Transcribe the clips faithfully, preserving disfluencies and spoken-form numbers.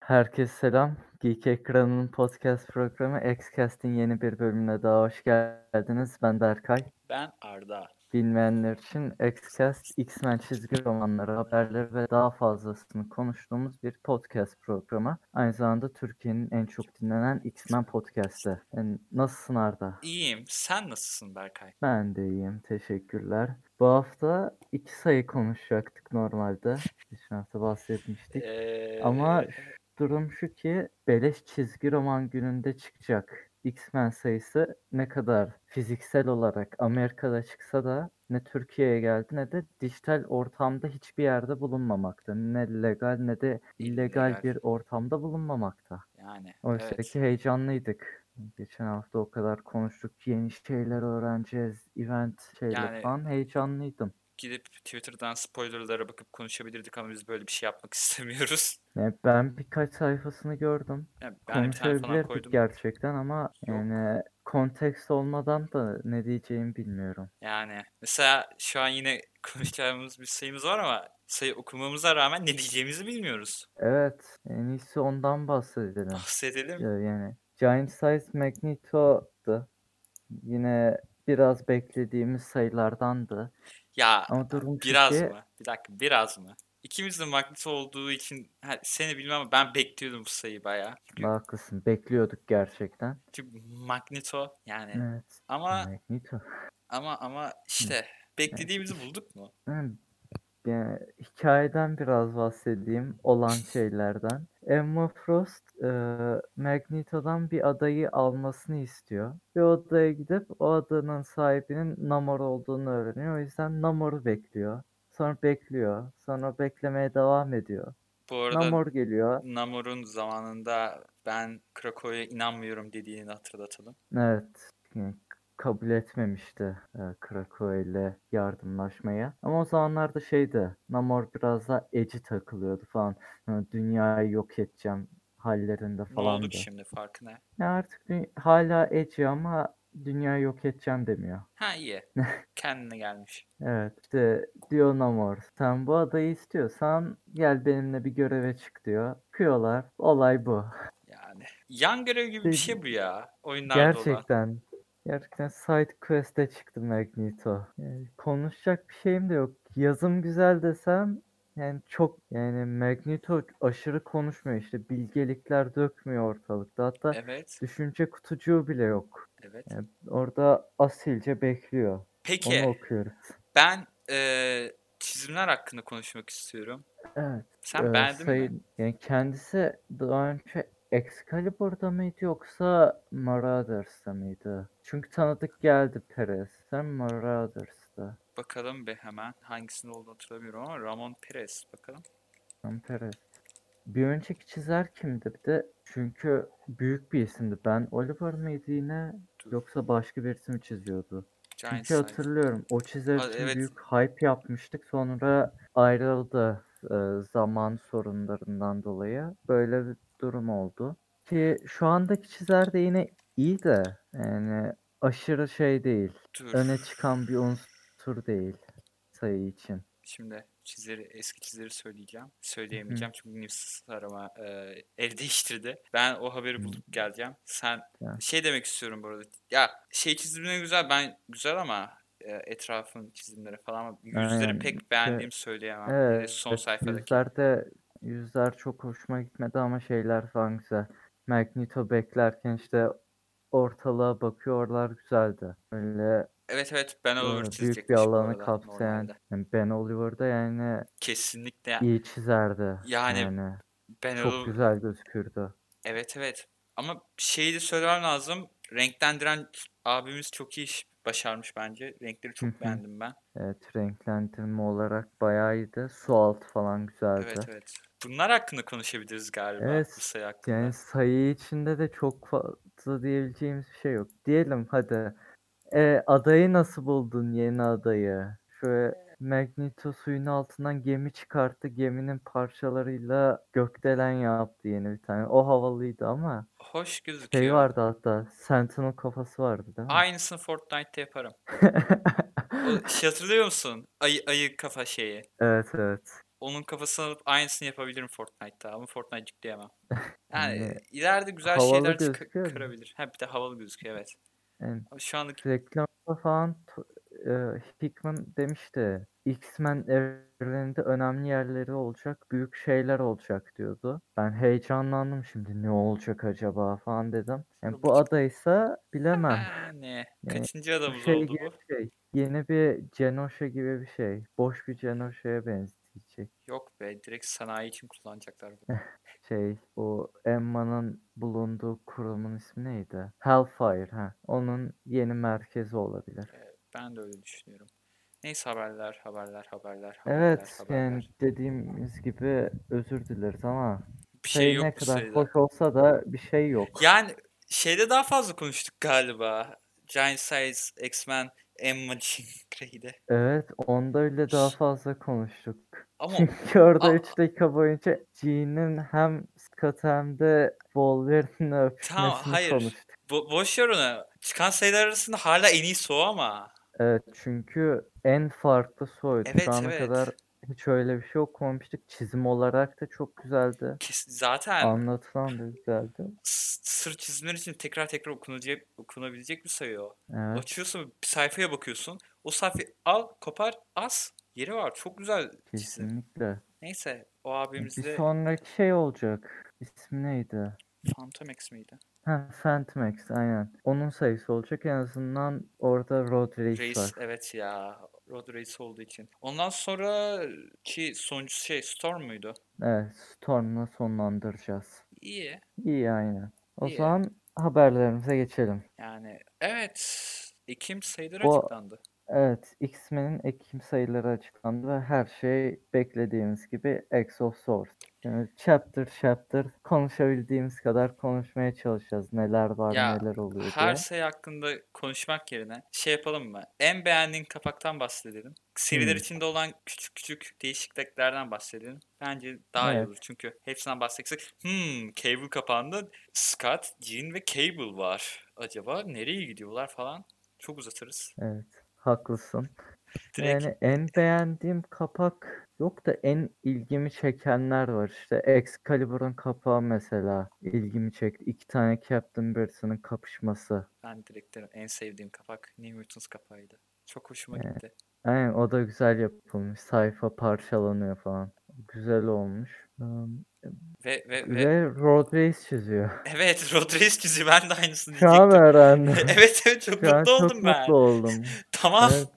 Herkese selam. Geek Ekranı'nın podcast programı Xcast'in yeni bir bölümüne daha hoş geldiniz. Ben Berkay. Ben Arda. Bilmeyenler için Xcast, X-Men çizgi romanları, haberleri ve daha fazlasını konuştuğumuz bir podcast programı. Aynı zamanda Türkiye'nin en çok dinlenen X-Men podcast'ı. Yani nasılsın Arda? İyiyim. Sen nasılsın Berkay? Ben de iyiyim, teşekkürler. Bu hafta iki sayı konuşacaktık normalde. Geçen hafta bahsetmiştik. Ama Ee, ş- durum şu ki beleş çizgi roman gününde çıkacak X-Men sayısı ne kadar fiziksel olarak Amerika'da çıksa da ne Türkiye'ye geldi ne de dijital ortamda hiçbir yerde bulunmamakta. Ne legal ne de illegal illegal. bir ortamda bulunmamakta. Yani Oysa evet. ki heyecanlıydık. Geçen hafta o kadar konuştuk. Yeni şeyler öğreneceğiz. Event şeyleri Yani falan. Heyecanlıydım. gidip Twitter'dan spoilerlara bakıp konuşabilirdik ama biz böyle bir şey yapmak istemiyoruz. Yani ben birkaç sayfasını gördüm. Yani ben bir tane falan Konuşabilirdik koydum. gerçekten ama Yok. yani konteks olmadan da ne diyeceğimi bilmiyorum. Yani mesela şu an yine konuşacağımız bir sayımız var ama sayı okumamıza rağmen ne diyeceğimizi bilmiyoruz. Evet, en iyisi ondan bahsedelim. Bahsedelim. Ya Yani Giant Size Magneto'du. Yine biraz beklediğimiz sayılardandı. Ya Ama durum şu biraz ki mı? Bir dakika biraz mı? İkimiz de Magneto olduğu için ha, seni bilmem ama ben bekliyordum bu sayıyı bayağı. Çünkü, haklısın, bekliyorduk gerçekten. çünkü Magneto yani Evet, ama Magneto. ama ama Hı. işte Yani, beklediğimizi bulduk mu? hı, yani hikayeden biraz bahsedeyim olan şeylerden. Emma Frost e, Magneto'dan bir adayı almasını istiyor. Bir odaya gidip o adanın sahibinin Namor olduğunu öğreniyor. O yüzden Namor'u bekliyor. Sonra bekliyor. Sonra beklemeye devam ediyor. Bu arada Namor geliyor. Namor'un zamanında ben Krakow'a inanmıyorum dediğini hatırlatalım. Evet. Yani kabul etmemişti e, Krakoa ile yardımlaşmaya. Ama o zamanlarda şeydi. Namor biraz da edgy takılıyordu falan. Ha, dünyayı yok edeceğim hallerinde Ne oldu ki falandı. şimdi farkı ne? Ya artık dü- hala edgy ama dünyayı yok edeceğim demiyor. Ha iyi. Kendine gelmiş. Evet işte diyor Namor. Sen bu adayı istiyorsan gel benimle bir göreve çık diyor. Çıkıyorlar. Olay bu. Yani yan görev gibi bir İşte şey bu ya. Oyunlarda olan. Gerçekten. Gerçekten side quest'e çıktı Magneto. Yani konuşacak bir şeyim de yok. Yazım güzel desem yani çok yani Magneto aşırı konuşmuyor işte bilgelikler dökmüyor ortalıkta. Hatta Evet. düşünce kutucuğu bile yok. Evet. Yani orada asilce bekliyor. Onu Peki okuyoruz. ben eee, çizimler hakkında konuşmak istiyorum. Evet. Sen E, beğendin mi? sayın yani kendisi daha önce Excalibur'da mıydı yoksa Marauders'ta mıydı? Çünkü tanıdık geldi Perez. Sen Marauders'ta. Bakalım bir hemen. Hangisinde olduğunu hatırlamıyorum ama Ramon Perez. Bakalım. Sen Perez. Bir önceki çizer kimdi bir de? Çünkü büyük bir isimdi. Ben Oliver mıydı yine? Dur. Yoksa başka birisi mi çiziyordu? Giant Çünkü Size. hatırlıyorum. O çizer Ha, için evet. büyük hype yapmıştık. Sonra ayrıldı e, zaman sorunlarından dolayı. Böyle bir durum oldu. Ki şu andaki çizer de yine iyi de yani aşırı şey değil. Dur. Öne çıkan bir unsur değil sayı için. Şimdi çizeri, eski çizeri söyleyeceğim. Hı hı. Söyleyemeyeceğim çünkü Nifs arama e, el değiştirdi. Ben o haberi bulup geleceğim. Sen Ya, şey demek istiyorum bu arada. Ya şey çizimleri güzel. Ben güzel ama e, etrafın çizimleri falan ama yüzleri aynen. pek Şey, beğendiğimi söyleyemem. Hele son evet, sayfadaki. yüzlerde yüzler çok hoşuma gitmedi ama şeyler falan güzel. Magneto beklerken işte ortalığa bakıyor, oralar güzeldi. Öyle Evet evet Ben Oliver e, büyük bir çizecekmiş bu alanı arada kapsayan normalde. yani Ben Oliver'da yani Kesinlikle ya- iyi çizerdi. yani Yani Ben çok Oliver güzel gözükürdü. evet evet. Ama şeyi de söylemem lazım. Renklendiren abimiz çok iyi iş başarmış bence. Renkleri Hı çok hı. beğendim ben. Evet, renklendirme olarak bayağı iyiydi. Su altı falan Evet güzeldi. evet. Bunlar hakkında konuşabiliriz galiba. Bu Evet, sayı yani hakkında. sayı içinde de çok fazla diyebileceğimiz bir şey yok. Diyelim hadi. E, adayı nasıl buldun yeni adayı? Şöyle Magneto suyun altından gemi çıkarttı. Geminin parçalarıyla gökdelen yaptı yeni bir tane. O havalıydı ama Hoş şey gözüküyor. vardı hatta. Sentinel kafası vardı değil mi? Aynısını Fortnite'te yaparım. O şey hatırlıyor musun? Ayı, ayı kafa şeyi. Evet evet. onun kafasını alıp aynısını yapabilirim Fortnite'ta ama Fortnite yükleyemem. Yani Yani ileride güzel havalı şeyler çık gözüküyor mu? kırabilir. Ha bir de havalı gözüküyor evet. Yani Ama şu anlık reklamda falan t- e, Hickman demişti. X-Men evreninde önemli yerleri olacak, büyük şeyler olacak diyordu. Ben heyecanlandım şimdi ne olacak acaba falan dedim. Yani bu bu adaysa bilemem. yani Yani kaçıncı bu adamız şey oldu gibi bu? bir şey. Yeni bir Genosha gibi bir şey. Boş bir Genosha'ya benzeyecek. Yok be direkt sanayi için kullanacaklar bunu. Şey, o Emma'nın bulunduğu kurumun ismi neydi? Hellfire, ha. Onun yeni merkezi olabilir. Ee, ben de öyle düşünüyorum. Neyse haberler, haberler, haberler, haberler, Evet, yani haberler. dediğimiz gibi özür dileriz ama Bir şey sayı ne yok bu kadar sayıda. hoş olsa da bir şey yok. Yani şeyde daha fazla konuştuk galiba. Giant Size X-Men Emma Jean Grey'de. Evet, onda bile daha fazla konuştuk. Ama Çünkü orada a- üç dakika boyunca Jean'in hem Scott hem de Wolverine'i tamam öpüşmesini hayır. konuştuk. Bo boş ver onu. Çıkan sayılar arasında hala en iyisi o ama. Evet, çünkü en farklısı oydu. Şu Evet ana kadar evet. hiç öyle bir şey okumamıştık. Çizim olarak da çok güzeldi. Kes- zaten Anlatılan da güzeldi. s- sırf çizimler için tekrar tekrar okunacak, okunabilecek bir sayı o. Evet, Açıyorsun bir sayfaya bakıyorsun. O sayfayı al, kopar, as. Yeri var. Çok güzel çizim. kesinlikle. Neyse o Bir abimizle sonraki şey olacak. İsmi neydi? Phantom X miydi? Ha, Phantomex aynen. Onun sayısı olacak. En azından orada Road Race Reis var. evet ya. Road Race olduğu için. Ondan sonra ki sonuncusu şey Storm muydu? Evet, Storm'la sonlandıracağız. İyi. İyi aynen. O İyi. zaman haberlerimize geçelim. Yani evet. Ekim sayıları Bu açıklandı. Evet, X-Men'in Ekim sayıları açıklandı ve her şey beklediğimiz gibi X of Swords. Yani chapter chapter konuşabildiğimiz kadar konuşmaya çalışacağız neler var Ya neler oluyor her diye. şey hakkında konuşmak yerine şey yapalım mı? En beğendiğin kapaktan bahsedelim. Seriler Hmm, içinde olan küçük küçük değişikliklerden bahsedelim. Bence daha iyi evet, olur. Çünkü hepsinden bahsetsek hmm Cable kapağında Scott, Jean ve Cable var. Acaba nereye gidiyorlar falan. Çok uzatırız. evet, haklısın. Direkt Yani en beğendiğim kapak yok da en ilgimi çekenler var. İşte Excalibur'un kapağı mesela ilgimi çekti. İki tane Captain Britain kapışması. ben direkt derim en sevdiğim kapak New Mutants kapağıydı. Çok hoşuma Yani, gitti. aynen, o da güzel yapılmış. Sayfa parçalanıyor falan. Güzel olmuş. Hmm, Ve ve ve Ve road race çiziyor. evet Road Race çiziyor. Ben de aynısını Şu an diyecektim. öğrendim. Evet evet çok Şu an mutlu çok oldum mutlu ben. oldum. Tamam. Evet,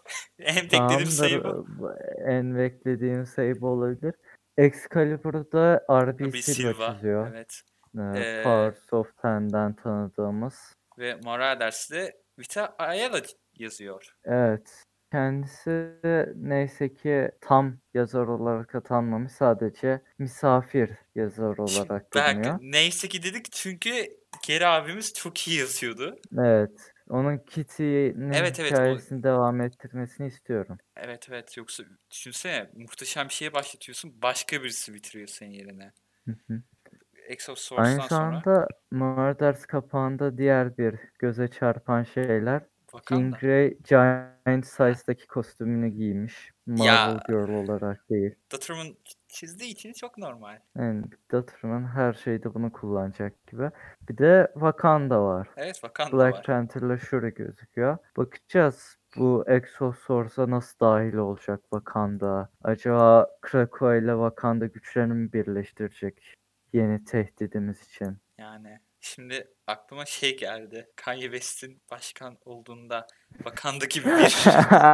En beklediğim tamamdır. sayı bu. Bu En beklediğim sayı bu olabilir. Excalibur'da R B Tabii Silva Silva. çiziyor. Evet. Ee, Ee, Powers of Ten'den tanıdığımız. ve Morales de Vita Ayala yazıyor. Evet. Kendisi neyse ki tam yazar olarak atanmamış. Sadece misafir yazar Şimdi olarak bak bulunuyor. neyse ki dedik çünkü Geri abimiz çok iyi yazıyordu. Evet. Onun Kitty'nin Evet evet o hikayesini devam ettirmesini istiyorum. evet evet yoksa düşünsene muhteşem bir şeye başlatıyorsun başka birisi bitiriyor senin yerine. Hı hı. X of Aynı Swords'tan sonra zamanda Murders kapağında diğer bir göze çarpan şeyler. Jean Wakanda. Grey Giant Ha. Size'daki kostümünü giymiş. Ya Marvel Girl olarak değil. Dotterman çizdiği için çok normal. Yani Datterman her şeyde bunu kullanacak gibi. Bir de Wakanda var. Evet Wakanda Black var. Panther'la Shuri gözüküyor. Bakacağız bu Exosource'a nasıl dahil olacak Wakanda? Acaba Krakoa ile Wakanda güçlerini mi birleştirecek yeni tehdidimiz için? Yani şimdi aklıma şey geldi. Kanye West'in başkan olduğunda Wakanda gibi bir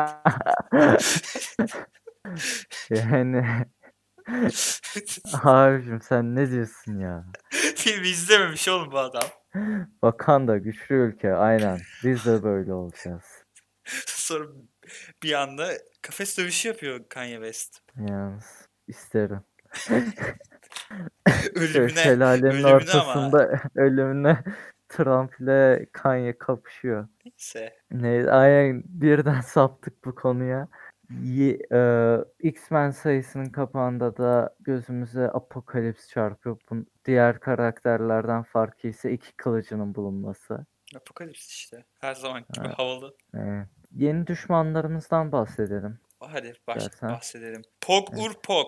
Yani abicim sen ne diyorsun ya? film izlememiş oğlum bu adam. Wakanda güçlü ülke aynen. Biz de böyle olacağız. Sonra bir anda kafes dövüşü yapıyor Kanye West. Yalnız isterim. Şöyle Ölümüne, şelalenin ölümüne ama ortasında ölümüne Trump ile Kanye kapışıyor. neyse. Ne, aynen birden saptık bu konuya. Ye- e, X-Men sayısının kapağında da gözümüze Apokalips çarpıyor. Bun, diğer karakterlerden farkı ise iki kılıcının bulunması. Apokalips işte. Her zaman gibi Ha, havalı. evet. Yeni düşmanlarımızdan bahsedelim. Hadi baş dersen. bahsedelim. Pog Evet. ur pog.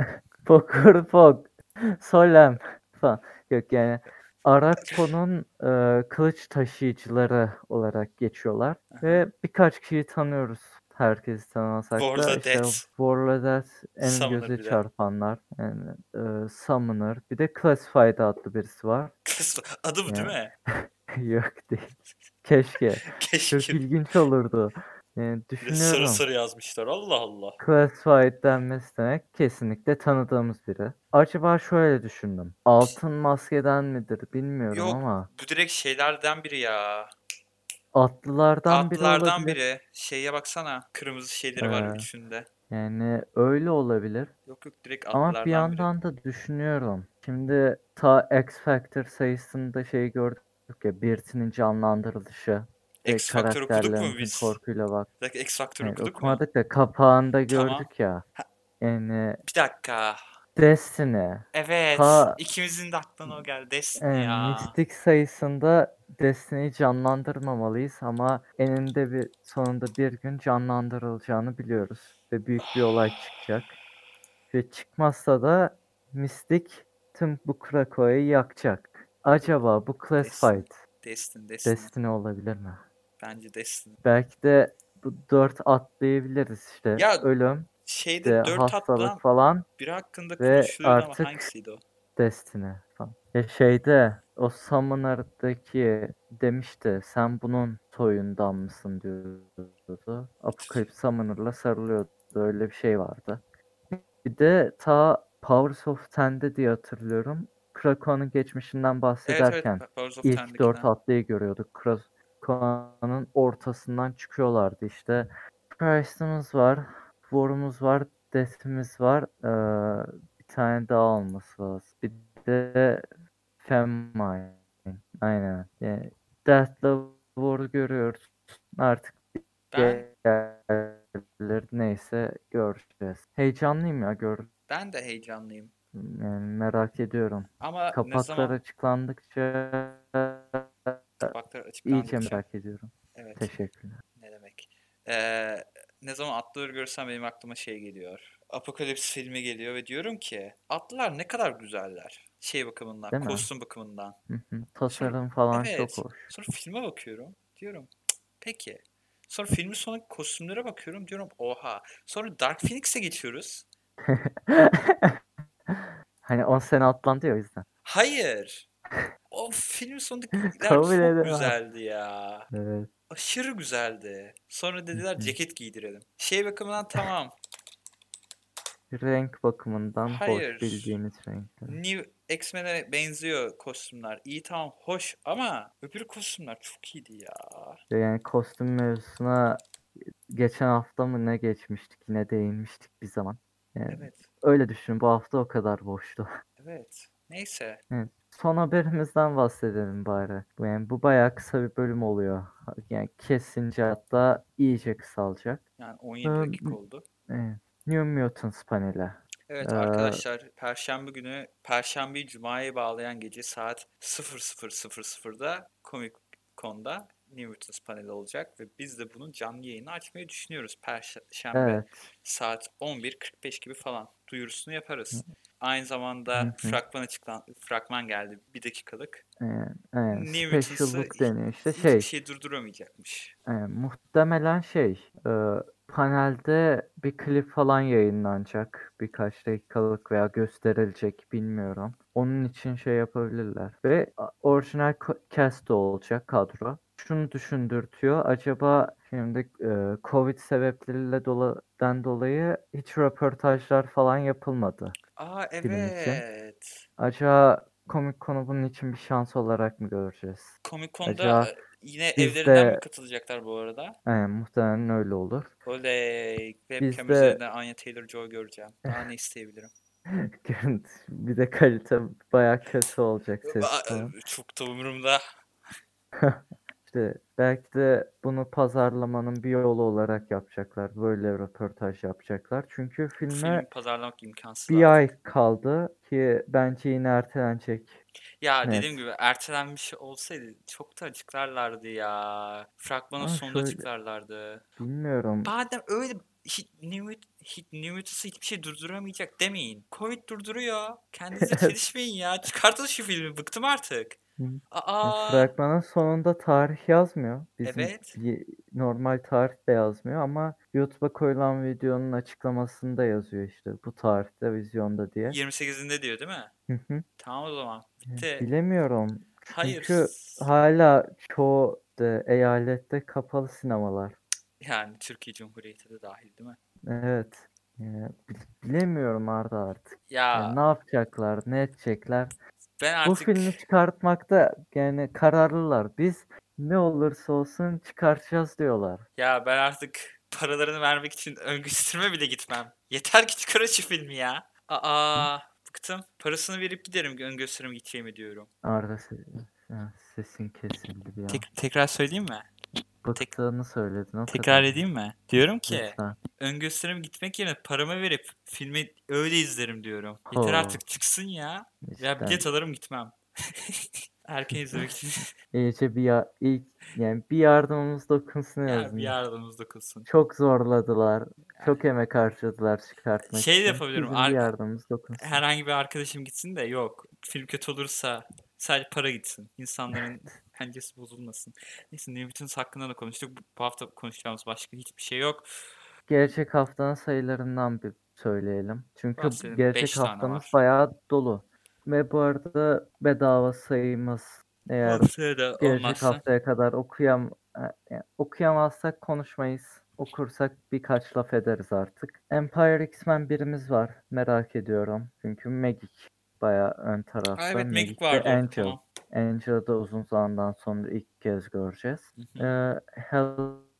Poker Pog. Solem falan. Yok yani Arako'nun e, kılıç taşıyıcıları olarak geçiyorlar. Aha. Ve birkaç kişiyi tanıyoruz. Herkesi tanımasak da işte Warlords. Warlords en Summoner göze bir de. çarpanlar. Yani, e, Summoner. Bir de Classified adlı birisi var. Kız adı bu değil Yani, mi? yok değil. Keşke. Çok Keşke. ilginç olurdu. Yani Bir de sarı düşünüyorum. sarı yazmışlar. Allah Allah. Classified denmesi demek kesinlikle tanıdığımız biri. Acaba şöyle düşündüm. Altın maskeden midir bilmiyorum Yok, ama bu direkt şeylerden biri ya. atlılardan biri Atlılardan olabilir. biri. Şeye baksana. Kırmızı şeyleri var Ee, üçünde. yani öyle olabilir. Yok yok, direkt Ama bir atlılardan biri. yandan da düşünüyorum. Şimdi ta X Factor sayısında şey gördük ya, Bert'in canlandırılışı ve X Factor okuduk mu karakterlerimizin biz? korkuyla bak. Bir dakika, X Factor Evet, okuduk mu? okumadık da kapağında Tamam. gördük ya. Ha, Yani bir dakika. Destiny. Evet. Ta ikimizin de aklına o geldi. e, Destiny ya. mistik sayısında Destiny'yi canlandırmamalıyız ama eninde bir sonunda bir gün canlandırılacağını biliyoruz. Ve büyük bir olay çıkacak. Ve çıkmazsa da mistik tüm bu Krakow'u yakacak. Acaba bu Destiny. Classified Destiny. Destiny. Destiny olabilir mi? Bence Destiny. Belki de bu dört atlayabiliriz işte. Ya Ölüm, işte şeyde dört hastalık atlan falan biri hakkında ve konuşuluyordu ama artık hangisiydi o? Destiny falan. Ya şeyde o Summoner'daki demişti sen bunun soyundan mısın diyordu. Apocalypse Summoner'la sarılıyordu. Öyle bir şey vardı. Bir de ta Powers of Ten'de diye hatırlıyorum. Krakow'un geçmişinden Evet evet, bahsederken Powers of ilk dört Ten'dekinden. atlıyı görüyorduk. Krakow'un ortasından çıkıyorlardı işte. Christ'ımız var, War'umuz var, Death'imiz var. Ee, bir tane daha olması lazım. Bir de Femmine. Aynen. Yani Death'la War'u görüyoruz. Artık Ben diğerleri neyse göreceğiz. Heyecanlıyım ya gör. ben de heyecanlıyım. Yani merak ediyorum. Ama ne Kapaklar zaman açıklandıkça kapaklar iyice açıklandıkça, merak ediyorum. evet, Teşekkürler. ne demek. Ee, ne zaman atlıları görsem benim aklıma şey geliyor. Apokalips filmi geliyor ve diyorum ki atlılar ne kadar güzeller. Şey bakımından, Değil mi? kostüm bakımından. Hı hı. Sonra Tasarım falan çok evet, hoş. sonra filme bakıyorum. Diyorum "Cık, peki. Sonra filmin sonundaki kostümlere bakıyorum. Diyorum oha. Sonra Dark Phoenix'e geçiyoruz. Hani on sene atlandı ya o yüzden. Hayır. O filmin sonundakiler Kabul çok edemem. güzeldi ya. Evet. Aşırı güzeldi. Sonra Hı dediler hı. ceket giydirelim. Şey bakımından tamam. Renk bakımından hoş Hayır. bildiğimiz renkler. New X-Men'e benziyor kostümler. İyi tamam hoş ama öbür kostümler çok iyiydi ya. Ve yani kostüm mevzusuna geçen hafta mı ne geçmiştik yine değinmiştik bir zaman. Yani Evet. öyle düşün bu hafta o kadar boştu. Evet. Neyse. Evet. Son haberimizden bahsedelim bari. Bu yani bu bayağı kısa bir bölüm oluyor. Yani kesince hatta iyice kısalacak. Yani Ee, on yedi dakika oldu. evet. New Mutants paneli. Evet Ee, arkadaşlar, Perşembe günü, Perşembeyi Cuma'ya bağlayan gece saat sıfır sıfır sıfır sıfırda Comic Con'da New Mutants paneli olacak ve biz de bunun canlı yayını açmayı düşünüyoruz. Perşembe evet. saat on bir kırk beş gibi falan duyurusunu yaparız. Aynı Hı zamanda hı. fragman açıklan fragman geldi bir dakikalık. Evet, evet. New Special Mutants'ı Book deniyor işte hiçbir şey. şey durduramayacakmış. e, muhtemelen şey. e, panelde bir klip falan yayınlanacak. Birkaç dakikalık veya gösterilecek bilmiyorum. Onun için şey yapabilirler. Ve a- orijinal ko- cast de olacak kadro. Şunu düşündürtüyor. Acaba şimdi e, Covid sebepleriyle dola- dolayı hiç röportajlar falan yapılmadı Aa film için. evet. Acaba Comic Con'u bunun için bir şans olarak mı göreceğiz? Comic Con'da Acaba e, yine biz evlerinden mi de katılacaklar bu arada? e, muhtemelen öyle olur. Oley! Biz Webcam de üzerinden Anya Taylor-Joy göreceğim. Daha ne isteyebilirim? görüntü bir de kalite bayağı kötü olacak ses Aa, falan. çok da umurumda. İşte belki de bunu pazarlamanın bir yolu olarak yapacaklar. Böyle röportaj yapacaklar. Çünkü Bu filme filmi pazarlamak imkansız bir ay artık. kaldı ki bence yine ertelenecek. Ya dediğim Net. gibi ertelenmiş olsaydı çok da açıklarlardı ya. Fragmanın Ama sonunda şöyle açıklarlardı. bilmiyorum. Madem öyle Hiç New, Mut- hiç, New Mutants'ı hiçbir şey durduramayacak demeyin. Covid durduruyor. Kendinize çelişmeyin ya. Çıkartın şu filmi. Bıktım artık. Hı. E, Aa, fragmanın sonunda tarih yazmıyor. Bizim evet. ye- normal tarih de yazmıyor ama YouTube'a koyulan videonun açıklamasında yazıyor işte bu tarihte vizyonda diye. yirmi sekizinde diyor değil mi? Hı hı. Tamam o zaman. E, Bitti. Bilemiyorum. Hayır. Çünkü hala çoğu de eyalette kapalı sinemalar. Yani Türkiye Cumhuriyeti de dahil değil mi? Evet. E, bil- Bilemiyorum Arda artık. Yani Ya ne yapacaklar, ne edecekler? ben Bu artık filmi çıkartmakta yani kararlılar. Biz ne olursa olsun çıkartacağız diyorlar. ya ben artık paralarını vermek için ön gösterime bile gitmem. Yeter ki çıkarın şu filmi ya. Hı? Aa, bıktım. Parasını verip giderim ön gösterime gideceğimi diyorum. Arda se- ha, sesin kesildi bir an. Tek, tekrar söyleyeyim mi? Tek, Bıktığını söyledin o tekrar kadar mı? edeyim mi? Diyorum ki Lütfen. ön gösterime gitmek yerine paramı verip filmi öyle izlerim diyorum. Yeter Ho, artık çıksın ya. Veya cidden. bilet alırım gitmem. Erken izlemek için. İyice bir ya ilk yani bir yardımımız dokunsun en Ya bir azından. yardımımız dokunsun. Çok zorladılar. Çok Yani emek harcadılar çıkartmak şey de için. yapabilirim. Bizim bir ar- yardımımız dokunsun. herhangi bir arkadaşım gitsin de yok. Film kötü olursa sadece para gitsin. İnsanların pencesi bozulmasın. Neyse Newton's hakkında da konuştuk. Bu hafta konuşacağımız başka hiçbir şey yok. Gelecek haftanın sayılarından bir söyleyelim. Çünkü Bahsedelim. gelecek Beş tane haftamız var. bayağı dolu. Ve bu arada bedava sayımız eğer Haftaya da gelecek olmazsa haftaya kadar okuyam e, e, okuyamazsak konuşmayız. Okursak birkaç laf ederiz artık. Empire X-Men birimiz var. Merak ediyorum. Çünkü Magic bayağı ön Aa, tarafta. evet Magic Magic ve vardı o. Angel. Tamam. Angel'ı da uzun zamandan sonra ilk kez göreceğiz. Hı Ee, hı. Hell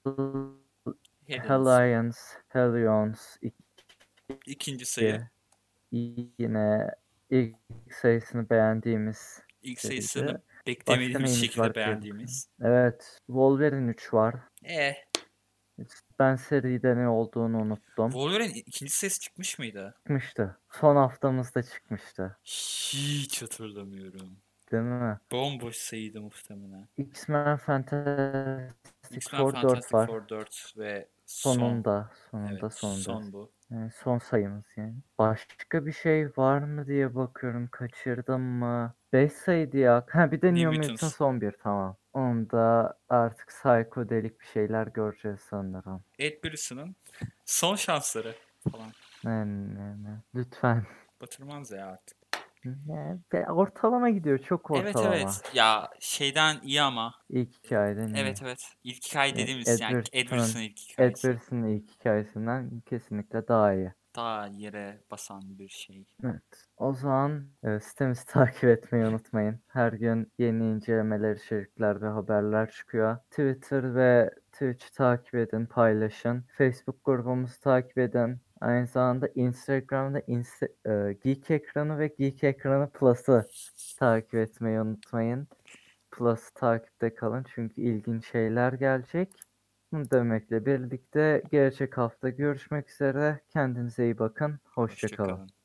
Hellions. Hellions, Hellions İkinci sayı. iki yine ilk sayısını beğendiğimiz İlk seriydi. sayısını Başka beklemediğimiz neyimiz var şekilde diye bakıyorum. beğendiğimiz. Evet, Wolverine üç var. E, Ben seride ne olduğunu unuttum. Wolverine ikinci sayısı çıkmış mıydı? Çıkmıştı. Son haftamızda çıkmıştı. Hiç hatırlamıyorum. Değil mi? Bomboş sayıydı muhtemelen. X-Men Fantastic X-Men Four dört Fantastic var. Four dört ve son. Sonunda, Evet, sonunda, sonunda. son bu. Yani son sayımız yani. Başka bir şey var mı diye bakıyorum. Kaçırdım mı? beş sayıydı ya. Ha bir de New New Mutants. Mutants on bir tamam. Onda artık psikodelik bir şeyler göreceğiz sanırım. Ed Bruce'un son şansları falan. Ne, ne, ne. Lütfen. Batırmaz ya artık. Ne, be- ortalama gidiyor. Çok Evet ortalama. evet. Ya şeyden iyi ama. İlk hikayeden iyi. Evet evet. İlk hikaye Yani dediğimiz yani Ed Edward'ın Bruce'un ilk hikayesi. Edward'ın ilk hikayesinden kesinlikle daha iyi. Daha yere basan bir şey. Evet. O zaman e, sitemizi takip etmeyi unutmayın. Her gün yeni incelemeler, içerikler ve haberler çıkıyor. Twitter ve Twitch takip edin, paylaşın. Facebook grubumuzu takip edin. Aynı zamanda Instagram'da Insta- e, Geek Ekranı ve Geek Ekranı Plus'ı takip etmeyi unutmayın. Plus'ı takipte kalın çünkü ilginç şeyler gelecek. Bunu demekle birlikte gelecek hafta görüşmek üzere. Kendinize iyi bakın. Hoşça kalın. Hoşçakalın.